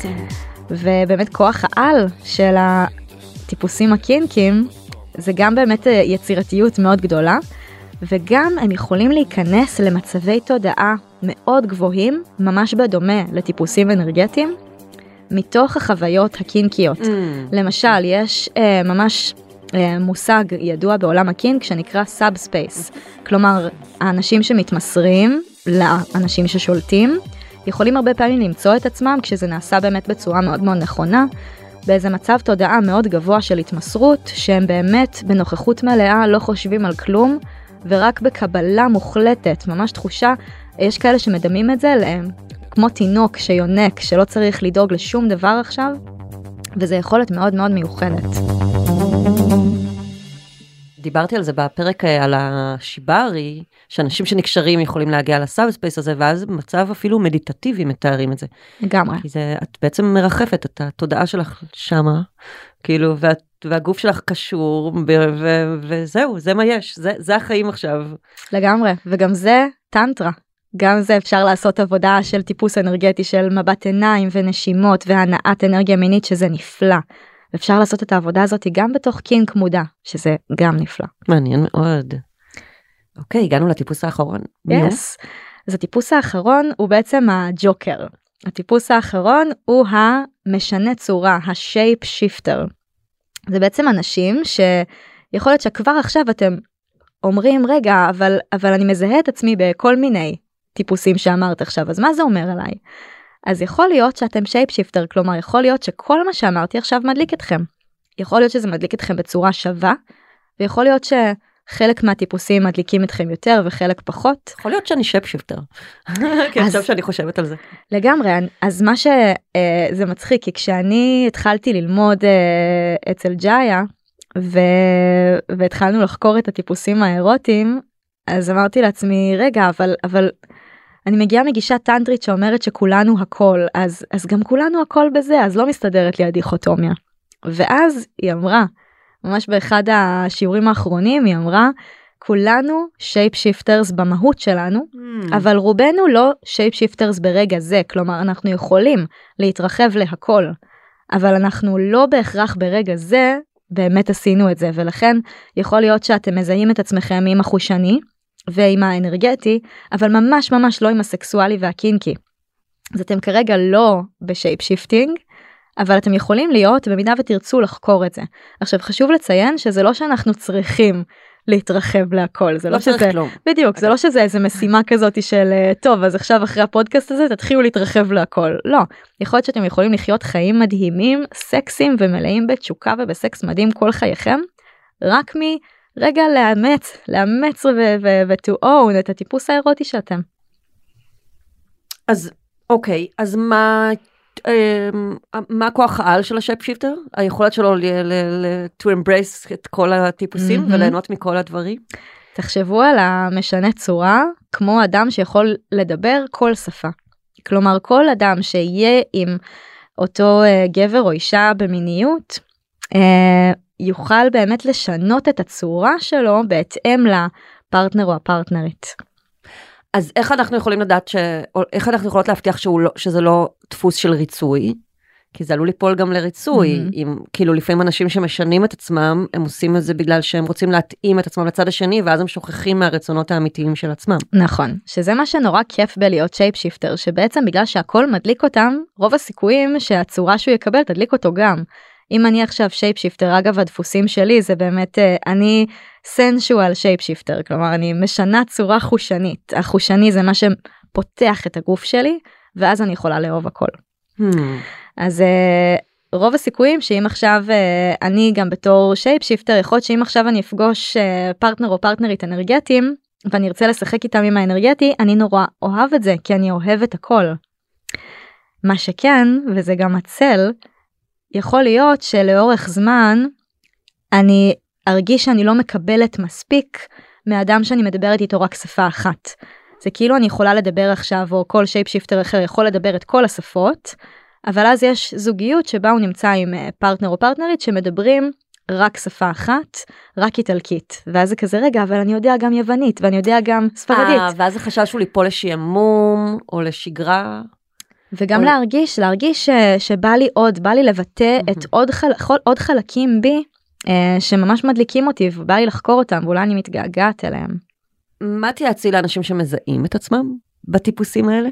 ובאמת כוח העל של הטיפוסים הקינקים, זה גם באמת יצירתיות מאוד גדולה, וגם הם יכולים להיכנס למצבי תודעה מאוד גבוהים, ממש בדומה לטיפוסים אנרגטיים, מתוך החוויות הקינקיות. Mm. למשל, יש אה, ממש אה, מושג ידוע בעולם הקינק שנקרא סאב-ספייס. כלומר, האנשים שמתמסרים לאנשים ששולטים, יכולים הרבה פעמים למצוא את עצמם, כשזה נעשה באמת בצורה מאוד מאוד נכונה, באיזה מצב תודעה מאוד גבוה של התמסרות, שהם באמת בנוכחות מלאה לא חושבים על כלום, ורק בקבלה מוחלטת, ממש תחושה, יש כאלה שמדמים את זה להם, כמו תינוק שיונק, שלא צריך לדאוג לשום דבר עכשיו, וזה יכולת מאוד מאוד מיוחדת. דיברתי על זה בפרק על השיברי, שאנשים שנקשרים יכולים להגיע לסאב-ספייס הזה, ואז במצב אפילו מדיטטיבי מתארים את זה. לגמרי. כי זה, את בעצם מרחפת את התודעה שלך שמה, כאילו, ואת, והגוף שלך קשור, ו- ו- וזהו, זה מה יש, זה, זה החיים עכשיו. לגמרי, וגם זה טנטרה. גם זה אפשר לעשות עבודה של טיפוס אנרגטי, של מבט עיניים ונשימות, והנעת אנרגיה מינית, שזה נפלא. אפשר לעשות את העבודה הזאת גם בתוך קינק מודע, שזה גם נפלא. מעניין מאוד. אוקיי, הגענו לטיפוס האחרון. Yes. אז הטיפוס האחרון הוא בעצם הג'וקר. הטיפוס האחרון הוא המשנה צורה, השייפ שיפטר. זה בעצם אנשים שיכול להיות שכבר עכשיו אתם אומרים, רגע, אבל, אבל אני מזהה את עצמי בכל מיני טיפוסים שאמרת עכשיו, אז מה זה אומר עליי? אז יכול להיות שאתם שייפ שיפטר, כלומר יכול להיות שכל מה שאמרתי עכשיו מדליק אתכם. יכול להיות שזה מדליק אתכם בצורה שווה, ויכול להיות שחלק מהטיפוסים מדליקים אתכם יותר וחלק פחות. יכול להיות שאני שייפ שיפטר. כי עכשיו שאני חושבת על זה. לגמרי, אז מה שזה מצחיק, כי כשאני התחלתי ללמוד אצל ג'איה, והתחלנו לחקור את הטיפוסים האירוטיים, אז אמרתי לעצמי, רגע, אבל, אבל אני מגיעה מגישה טנטרית שאומרת שכולנו הכל, אז, אז גם כולנו הכל בזה, אז לא מסתדרת לי הדיכוטומיה. ואז היא אמרה, ממש באחד השיעורים האחרונים, היא אמרה, כולנו שייפ שיפטרס במהות שלנו, mm. אבל רובנו לא שייפ שיפטרס ברגע זה, כלומר אנחנו יכולים להתרחב להכל, אבל אנחנו לא בהכרח ברגע זה, באמת עשינו את זה, ולכן יכול להיות שאתם מזהים את עצמכם עם החושני, ועם האנרגטי, אבל ממש ממש לא עם הסקסואלי והקינקי. אז אתם כרגע לא בשייפ שיפטינג, אבל אתם יכולים להיות במידה ותרצו לחקור את זה. עכשיו חשוב לציין שזה לא שאנחנו צריכים להתרחב להכל, זה לא, לא שזה, בדיוק, זה לא שזה איזה משימה כזאת של, טוב, אז עכשיו אחרי הפודקאסט הזה תתחילו להתרחב להכל. לא, יכול להיות שאתם יכולים לחיות חיים מדהימים, סקסים ומלאים בתשוקה ובסקס מדהים כל חייכם, רק מרגע לאמץ, לאמץ ו-to own את הטיפוס האירוטי שאתם. אז, אוקיי, אז מה... מה כוח העל של השייפ שיפטר? היכולת שלו to embrace את כל הטיפוסים וליהנות מכל הדברים? תחשבו על המשנה צורה כמו אדם שיכול לדבר כל שפה. כלומר כל אדם שיהיה עם אותו גבר או אישה במיניות יוכל באמת לשנות את הצורה שלו בהתאם לפרטנר או הפרטנרית. אז איך אנחנו יכולים לדעת, ש... איך אנחנו יכולות להבטיח שהוא לא, שזה לא דפוס של ריצוי? כי זה עלול ליפול גם לריצוי. Mm-hmm. אם, כאילו לפעמים אנשים שמשנים את עצמם, הם עושים את זה בגלל שהם רוצים להתאים את עצמם לצד השני, ואז הם שוכחים מהרצונות האמיתיים של עצמם. נכון, שזה מה שנורא כיף בלהיות שייפ שיפטר, שבעצם בגלל שהכל מדליק אותם, רוב הסיכויים שהצורה שהוא יקבל תדליק אותו גם. אם אני עכשיו שייפ שיפטר, אגב הדפוסים שלי זה באמת, אני סנשואל שייפ שיפטר, כלומר אני משנה צורה חושנית. החושני זה מה שפותח את הגוף שלי, ואז אני יכולה לאהוב הכל. Hmm. אז רוב הסיכויים שאם עכשיו אני גם בתור שייפ שיפטר, יכול להיות שאם עכשיו אני אפגוש פרטנר או פרטנרית אנרגטיים, ואני ארצה לשחק איתם עם האנרגטי, אני נורא אוהב את זה, כי אני אוהב את הכל. מה שכן, וזה גם הצל, יכול להיות שלאורך זמן אני ארגיש שאני לא מקבלת מספיק מאדם שאני מדברת איתו רק שפה אחת. זה כאילו אני יכולה לדבר עכשיו, או כל שייפ שיפטר אחר יכול לדבר את כל השפות, אבל אז יש זוגיות שבה הוא נמצא עם פרטנר או פרטנרית שמדברים רק שפה אחת, רק איטלקית. ואז זה כזה רגע, אבל אני יודע גם יוונית, ואני יודע גם ספרדית. אה, ואז זה חשש שהוא ליפול לשעמום, או לשגרה. וגם או... להרגיש, להרגיש ש, שבא לי עוד, בא לי לבטא mm-hmm. את עוד, חל, עוד חלקים בי, אה, שממש מדליקים אותי, ובא לי לחקור אותם, ואולי אני מתגעגעת אליהם. מה תייעצי לאנשים שמזהים את עצמם בטיפוסים האלה?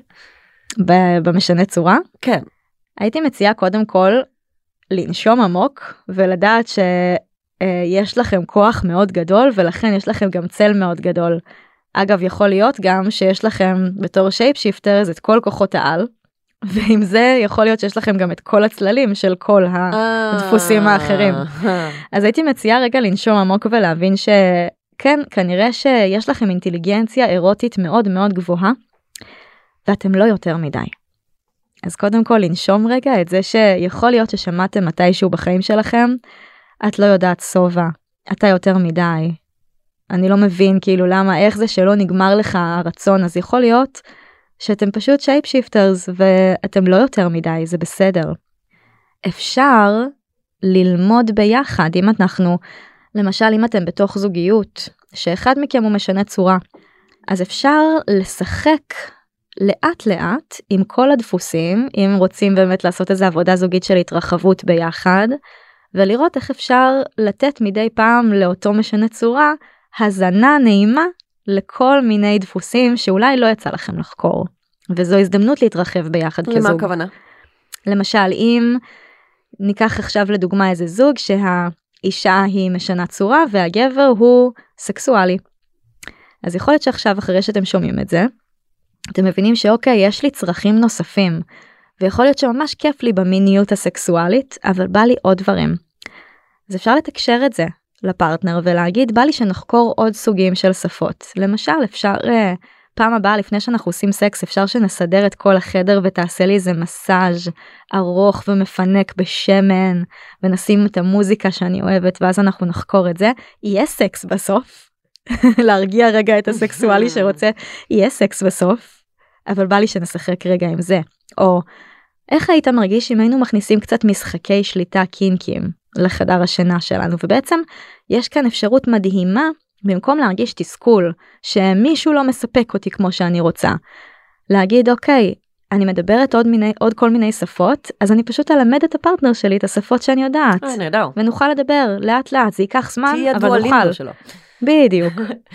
במשנה צורה? כן. הייתי מציעה קודם כל לנשום עמוק ולדעת שיש לכם כוח מאוד גדול ולכן יש לכם גם צל מאוד גדול. אגב, יכול להיות גם שיש לכם בתור שייפ שיפטרס את כל כוחות העל, ועם זה יכול להיות שיש לכם גם את כל הצללים של כל הדפוסים האחרים. אז הייתי מציעה רגע לנשום עמוק ולהבין שכן, כנראה שיש לכם אינטליגנציה אירוטית מאוד מאוד גבוהה, ואתם לא יותר מדי. אז קודם כל לנשום רגע את זה שיכול להיות ששמעתם מתישהו בחיים שלכם, את לא יודעת סובה, אתה יותר מדי, אני לא מבין כאילו למה, איך זה שלא נגמר לך הרצון, אז יכול להיות שאתם פשוט שייפ שיפטרס ואתם לא יותר מדי, זה בסדר. אפשר ללמוד ביחד, אם אנחנו, למשל אם אתם בתוך זוגיות, שאחד מכם הוא משנה צורה, אז אפשר לשחק לאט לאט עם כל הדפוסים, אם רוצים באמת לעשות איזו עבודה זוגית של התרחבות ביחד, ולראות איך אפשר לתת מדי פעם לאותו משנה צורה, הזנה נעימה לכל מיני דפוסים שאולי לא יצא לכם לחקור. וזו הזדמנות להתרחב ביחד כזוג. למה הכוונה? למשל, אם ניקח עכשיו לדוגמה איזה זוג שהאישה היא משנה צורה והגבר הוא סקסואלי. אז יכול להיות שעכשיו אחרי שאתם שומעים את זה, אתם מבינים שאוקיי, יש לי צרכים נוספים, ויכול להיות שממש כיף לי במיניות הסקסואלית, אבל בא לי עוד דברים. אז אפשר לתקשר את זה לפרטנר ולהגיד, בא לי שנחקור עוד סוגים של שפות. למשל, אפשר פעם הבאה לפני שאנחנו עושים סקס, אפשר שנסדר את כל החדר ותעשה לי איזה מסאז' ארוך ומפנק בשמן, ונשים את המוזיקה שאני אוהבת, ואז אנחנו נחקור את זה. יהיה סקס בסוף. להרגיע רגע את הסקסואלי שרוצה, יהיה סקס בסוף, אבל בא לי שנשחק רגע עם זה. או, איך היית מרגיש אם היינו מכניסים קצת משחקי שליטה קינקים לחדר השינה שלנו, ובעצם יש כאן אפשרות מדהימה, במקום להרגיש תסכול, שמישהו לא מספק אותי כמו שאני רוצה, להגיד אוקיי, אני מדברת עוד, מיני, עוד כל מיני שפות, אז אני פשוט אלמד את הפרטנר שלי את השפות שאני יודעת. אה, נהדר. ונוכל לדבר לאט לאט, זה ייקח זמן, אבל נוכל. שלו. בדיוק.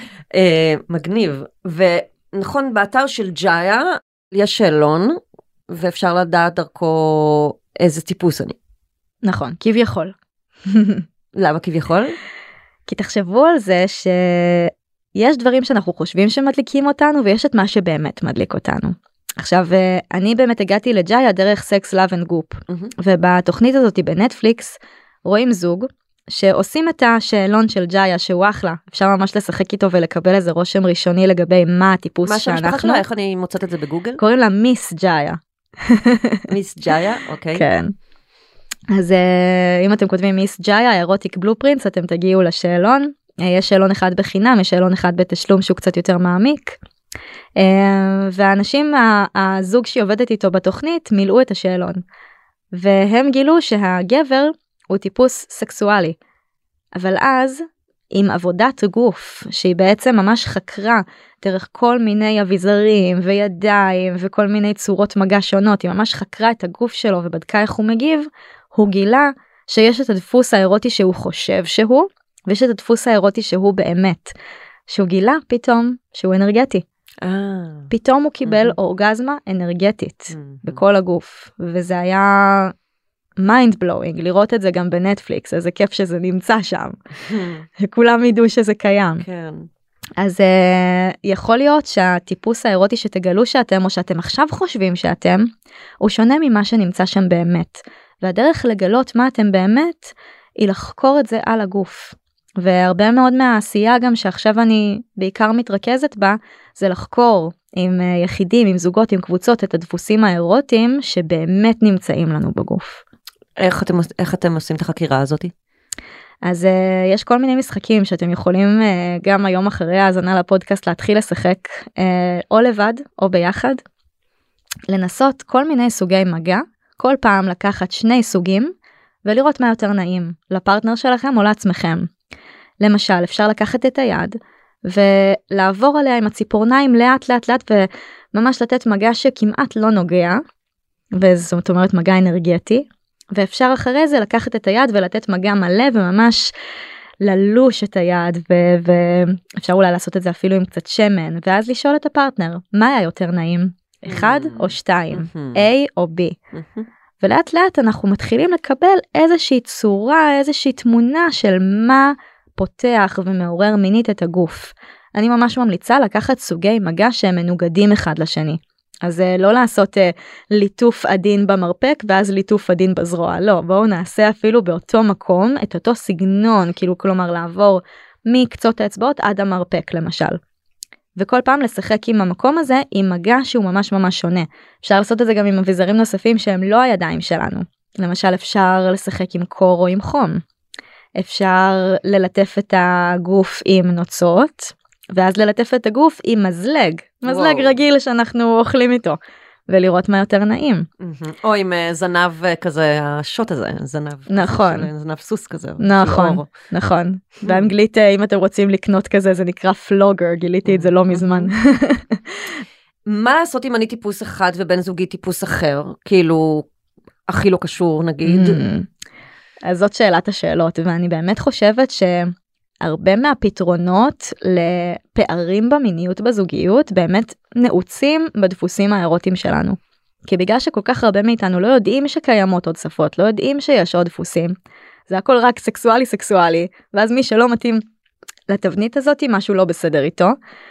מגניב. ונכון, באתר של ג'איה, יש שאלון, ואפשר לדעת דרכו איזה טיפוס אני. נכון, כביכול. למה כביכול? כי תחשבו על זה שיש דברים שאנחנו חושבים שמדליקים אותנו, ויש את מה שבאמת מדליק אותנו. עכשיו, אני באמת הגעתי לג'איה דרך סקס, לאב אנד גופ, ובתוכנית הזאת בנטפליקס, רואים זוג, שעושים את השאלון של ג'איה, שהוא אחלה, אפשר ממש לשחק איתו ולקבל איזה רושם ראשוני לגבי מה הטיפוס מה שאנחנו. מה שהמשפחה שלה, איך אני מוצאת את זה בגוגל? קוראים לה מיס ג'איה. מיס ג'איה, אוקיי. כן. אז אם אתם כותבים מיס ג'איה, אירוטיק בלופרינטס, אתם תגיעו לשאלון. יש שאלון אחד בחינם, יש שאלון אחד בתשלום שהוא קצת יותר מעמיק. והאנשים, הזוג שהיא עובדת איתו בתוכנית, מילאו את השאלון. והם גילו שהגבר הוא טיפוס סקסואלי. אבל אז, עם עבודת גוף, שהיא בעצם ממש חקרה דרך כל מיני אביזרים וידיים וכל מיני צורות מגע שונות, היא ממש חקרה את הגוף שלו ובדקה איך הוא מגיב, הוא גילה שיש את הדפוס האירוטי שהוא חושב שהוא, ויש את הדפוס האירוטי שהוא באמת. שהוא גילה פתאום שהוא אנרגטי. פתאום הוא קיבל אורגזמה אנרגטית בכל הגוף, וזה היה mind blowing, לראות את זה גם בנטפליקס, איזה כיף שזה נמצא שם. כולם ידעו שזה קיים. כן. אז uh, יכול להיות שהטיפוס האירוטי שתגלו שאתם, או שאתם עכשיו חושבים שאתם, הוא שונה ממה שנמצא שם באמת. והדרך לגלות מה אתם באמת, היא לחקור את זה על הגוף. והרבה מאוד מהעשייה גם שעכשיו אני בעיקר מתרכזת בה, זה לחקור עם uh, יחידים, עם זוגות, עם קבוצות, את הדפוסים האירוטיים שבאמת נמצאים לנו בגוף. איך אתם, איך אתם עושים את החקירה הזאת? אז uh, יש כל מיני משחקים שאתם יכולים uh, גם היום אחרי ההאזנה לפודקאסט להתחיל לשחק uh, או לבד או ביחד. לנסות כל מיני סוגי מגע, כל פעם לקחת שני סוגים ולראות מה יותר נעים, לפרטנר שלכם או לעצמכם. למשל, אפשר לקחת את היד ולעבור עליה עם הציפורניים לאט לאט לאט וממש לתת מגע שכמעט לא נוגע, וזאת אומרת מגע אנרגטי. ואפשר אחרי זה לקחת את היד ולתת מגע מלא וממש ללוש את היד, ו- ואפשר אולי לעשות את זה אפילו עם קצת שמן, ואז לשאול את הפרטנר, מה היה יותר נעים? אחד או שתיים? A או B? ולאט לאט אנחנו מתחילים לקבל איזושהי צורה, איזושהי תמונה של מה פותח ומעורר מינית את הגוף. אני ממש ממליצה לקחת סוגי מגע שהם מנוגדים אחד לשני. אז לא לעשות uh, ליטוף עדין במרפק ואז ליטוף עדין בזרוע, לא, בואו נעשה אפילו באותו מקום את אותו סגנון, כאילו כלומר לעבור מקצות האצבעות עד המרפק למשל. וכל פעם לשחק עם המקום הזה עם מגע שהוא ממש ממש שונה. אפשר לעשות את זה גם עם אביזרים נוספים שהם לא הידיים שלנו. למשל אפשר לשחק עם קור או עם חום. אפשר ללטף את הגוף עם נוצות. ואז ללטף את הגוף עם מזלג, מזלג וואו. רגיל שאנחנו אוכלים איתו, ולראות מה יותר נעים. או עם זנב כזה, השוט הזה, זנב. נכון. זנב סוס כזה. נכון, נכון. באנגלית, אם אתם רוצים לקנות כזה, זה נקרא פלוגר, גיליתי את זה לא מזמן. מה לעשות אם אני טיפוס אחד ובן זוגי טיפוס אחר? כאילו, הכי לא קשור נגיד. אז זאת שאלת השאלות, ואני באמת חושבת ש... הרבה מהפתרונות לפערים במיניות בזוגיות באמת נעוצים בדפוסים האירוטיים שלנו. כי בגלל שכל כך הרבה מאיתנו לא יודעים שקיימות עוד שפות, לא יודעים שיש עוד דפוסים, זה הכל רק סקסואלי סקסואלי, ואז מי שלא מתאים לתבנית הזאת, משהו לא בסדר איתו.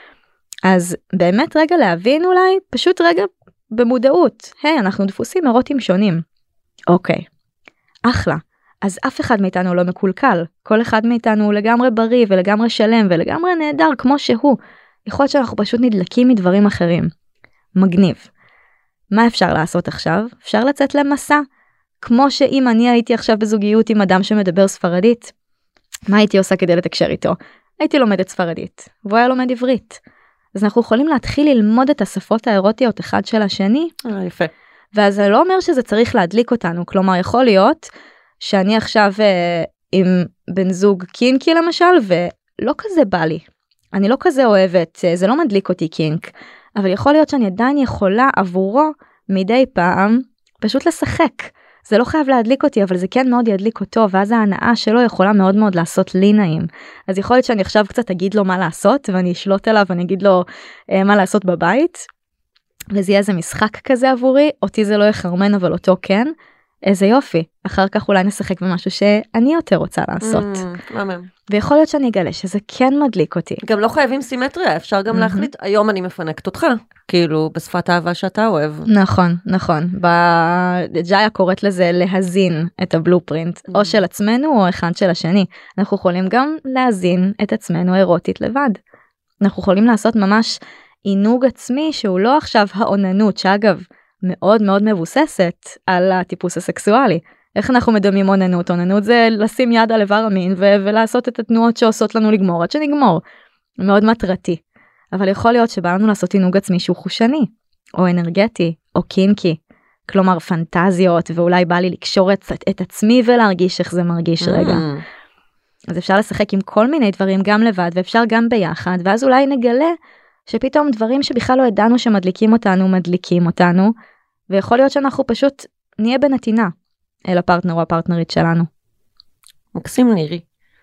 אז באמת רגע להבין אולי, פשוט רגע במודעות, היי, אנחנו דפוסים אירוטיים שונים. אוקיי, אחלה. אז אף אחד מאיתנו לא מקולקל, כל אחד מאיתנו הוא לגמרי בריא ולגמרי שלם ולגמרי נהדר כמו שהוא. יכול להיות שאנחנו פשוט נדלקים מדברים אחרים. מגניב. מה אפשר לעשות עכשיו? אפשר לצאת למסע. כמו שאם אני הייתי עכשיו בזוגיות עם אדם שמדבר ספרדית, מה הייתי עושה כדי לתקשר איתו? הייתי לומדת ספרדית, והוא היה לומד עברית. אז אנחנו יכולים להתחיל ללמוד את השפות האירוטיות אחד של השני. אה, יפה. ואז זה לא אומר שזה צריך להדליק אותנו, כלומר יכול להיות שאני עכשיו אה, עם בן זוג קינקי למשל, ולא כזה בא לי. אני לא כזה אוהבת, זה לא מדליק אותי קינק, אבל יכול להיות שאני עדיין יכולה עבורו מדי פעם פשוט לשחק. זה לא חייב להדליק אותי, אבל זה כן מאוד ידליק אותו, ואז ההנאה שלו יכולה מאוד מאוד לעשות לי נעים. אז יכול להיות שאני עכשיו קצת אגיד לו מה לעשות, ואני אשלוט עליו ואני אגיד לו אה, מה לעשות בבית, וזה יהיה איזה משחק כזה עבורי, אותי זה לא יחרמן אבל אותו כן, איזה יופי, אחר כך אולי נשחק במשהו שאני יותר רוצה לעשות. Mm, ממם. ויכול להיות שאני אגלה שזה כן מדליק אותי. גם לא חייבים סימטריה, אפשר גם להחליט, היום אני מפנקת אותך, כאילו בשפת האהבה שאתה אוהב. נכון, נכון. ג'איה קוראת לזה להזין את הבלופרינט, או של עצמנו או אחד של השני. אנחנו יכולים גם להזין את עצמנו אירוטית לבד. אנחנו יכולים לעשות ממש עינוג עצמי שהוא לא עכשיו העוננות, שאגב, מאוד מאוד מבוססת על הטיפוס הסקסואלי. איך אנחנו מדמים עוננות? עוננות זה לשים יד על איבר המין ו- ולעשות את התנועות שעושות לנו לגמור, עד שנגמור. מאוד מטרתי. אבל יכול להיות שבא לנו לעשות עינוג עצמי שהוא חושני, או אנרגטי, או קינקי. כלומר פנטזיות, ואולי בא לי לקשור את, את עצמי ולהרגיש איך זה מרגיש רגע. אז אפשר לשחק עם כל מיני דברים גם לבד, ואפשר גם ביחד, ואז אולי נגלה שפתאום דברים שבכלל לא ידענו שמדליקים אותנו, מדליקים אותנו, ויכול להיות שאנחנו פשוט נהיה בנתינה אל הפרטנר או הפרטנרית שלנו. מקסים לירי.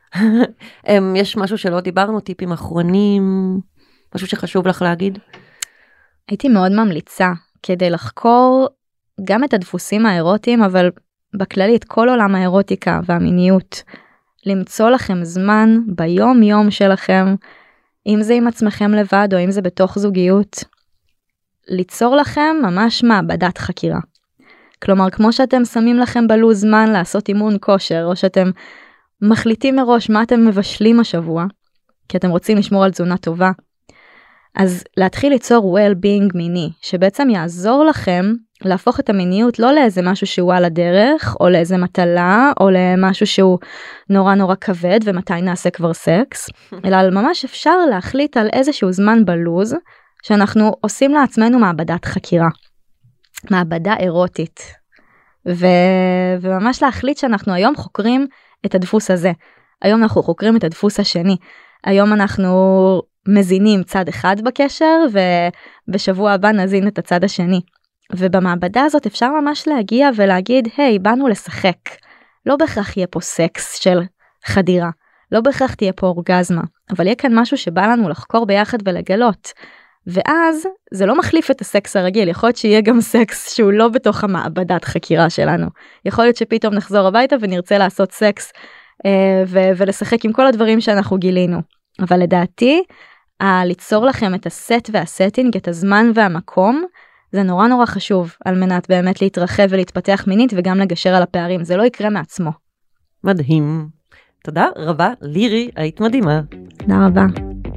יש משהו שלא דיברנו, טיפים אחרונים, משהו שחשוב לך להגיד? הייתי מאוד ממליצה כדי לחקור גם את הדפוסים האירוטיים, אבל בכללי את כל עולם האירוטיקה והמיניות, למצוא לכם זמן ביום יום שלכם, אם זה עם עצמכם לבד או אם זה בתוך זוגיות, ליצור לכם ממש מעבדת חקירה. כלומר, כמו שאתם שמים לכם בלוז זמן לעשות אימון כושר, או שאתם מחליטים מראש מה אתם מבשלים השבוע, כי אתם רוצים לשמור על תזונה טובה, אז להתחיל ליצור well-being מיני, שבעצם יעזור לכם להפוך את המיניות לא לאיזה משהו שהוא על הדרך, או לאיזה מטלה, או למשהו שהוא נורא נורא כבד, ומתי נעשה כבר סקס, אלא ממש אפשר להחליט על איזשהו זמן בלוז, שאנחנו עושים לעצמנו מעבדת חקירה, מעבדה אירוטית, ו... וממש להחליט שאנחנו היום חוקרים את הדפוס הזה, היום אנחנו חוקרים את הדפוס השני, היום אנחנו מזינים צד אחד בקשר, ובשבוע הבא נזין את הצד השני. ובמעבדה הזאת אפשר ממש להגיע ולהגיד, היי, באנו לשחק. לא בהכרח יהיה פה סקס של חדירה, לא בהכרח תהיה פה אורגזמה, אבל יהיה כאן משהו שבא לנו לחקור ביחד ולגלות. ואז זה לא מחליף את הסקס הרגיל, יכול להיות שיהיה גם סקס שהוא לא בתוך המעבדת חקירה שלנו. יכול להיות שפתאום נחזור הביתה ונרצה לעשות סקס אה, ו- ולשחק עם כל הדברים שאנחנו גילינו. אבל לדעתי, ליצור לכם את הסט והסטינג, את הזמן והמקום, זה נורא נורא חשוב, על מנת באמת להתרחב ולהתפתח מינית, וגם לגשר על הפערים, זה לא יקרה מעצמו. מדהים. תודה רבה, לירי, היית מדהימה. תודה רבה.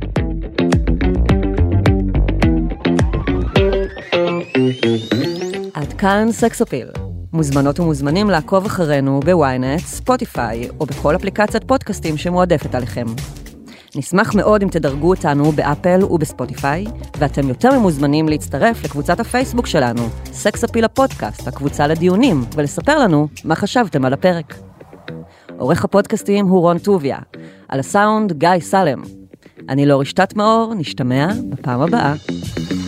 עד כאן סקסאפיל. מוזמנות ומוזמנים לעקוב אחרינו בוויינט, ספוטיפיי, או בכל אפליקציית פודקאסטים שמועדפת עליכם. נשמח מאוד אם תדרגו אותנו באפל ובספוטיפיי, ואתם יותר ממוזמנים להצטרף לקבוצת הפייסבוק שלנו, סקסאפיל הפודקאסט, הקבוצה לדיונים, ולספר לנו מה חשבתם על הפרק. עורך הפודקאסטים הוא רון טוביה, על הסאונד גיא סלם. אני לא רשתת מאור, נשתמע בפעם הבאה.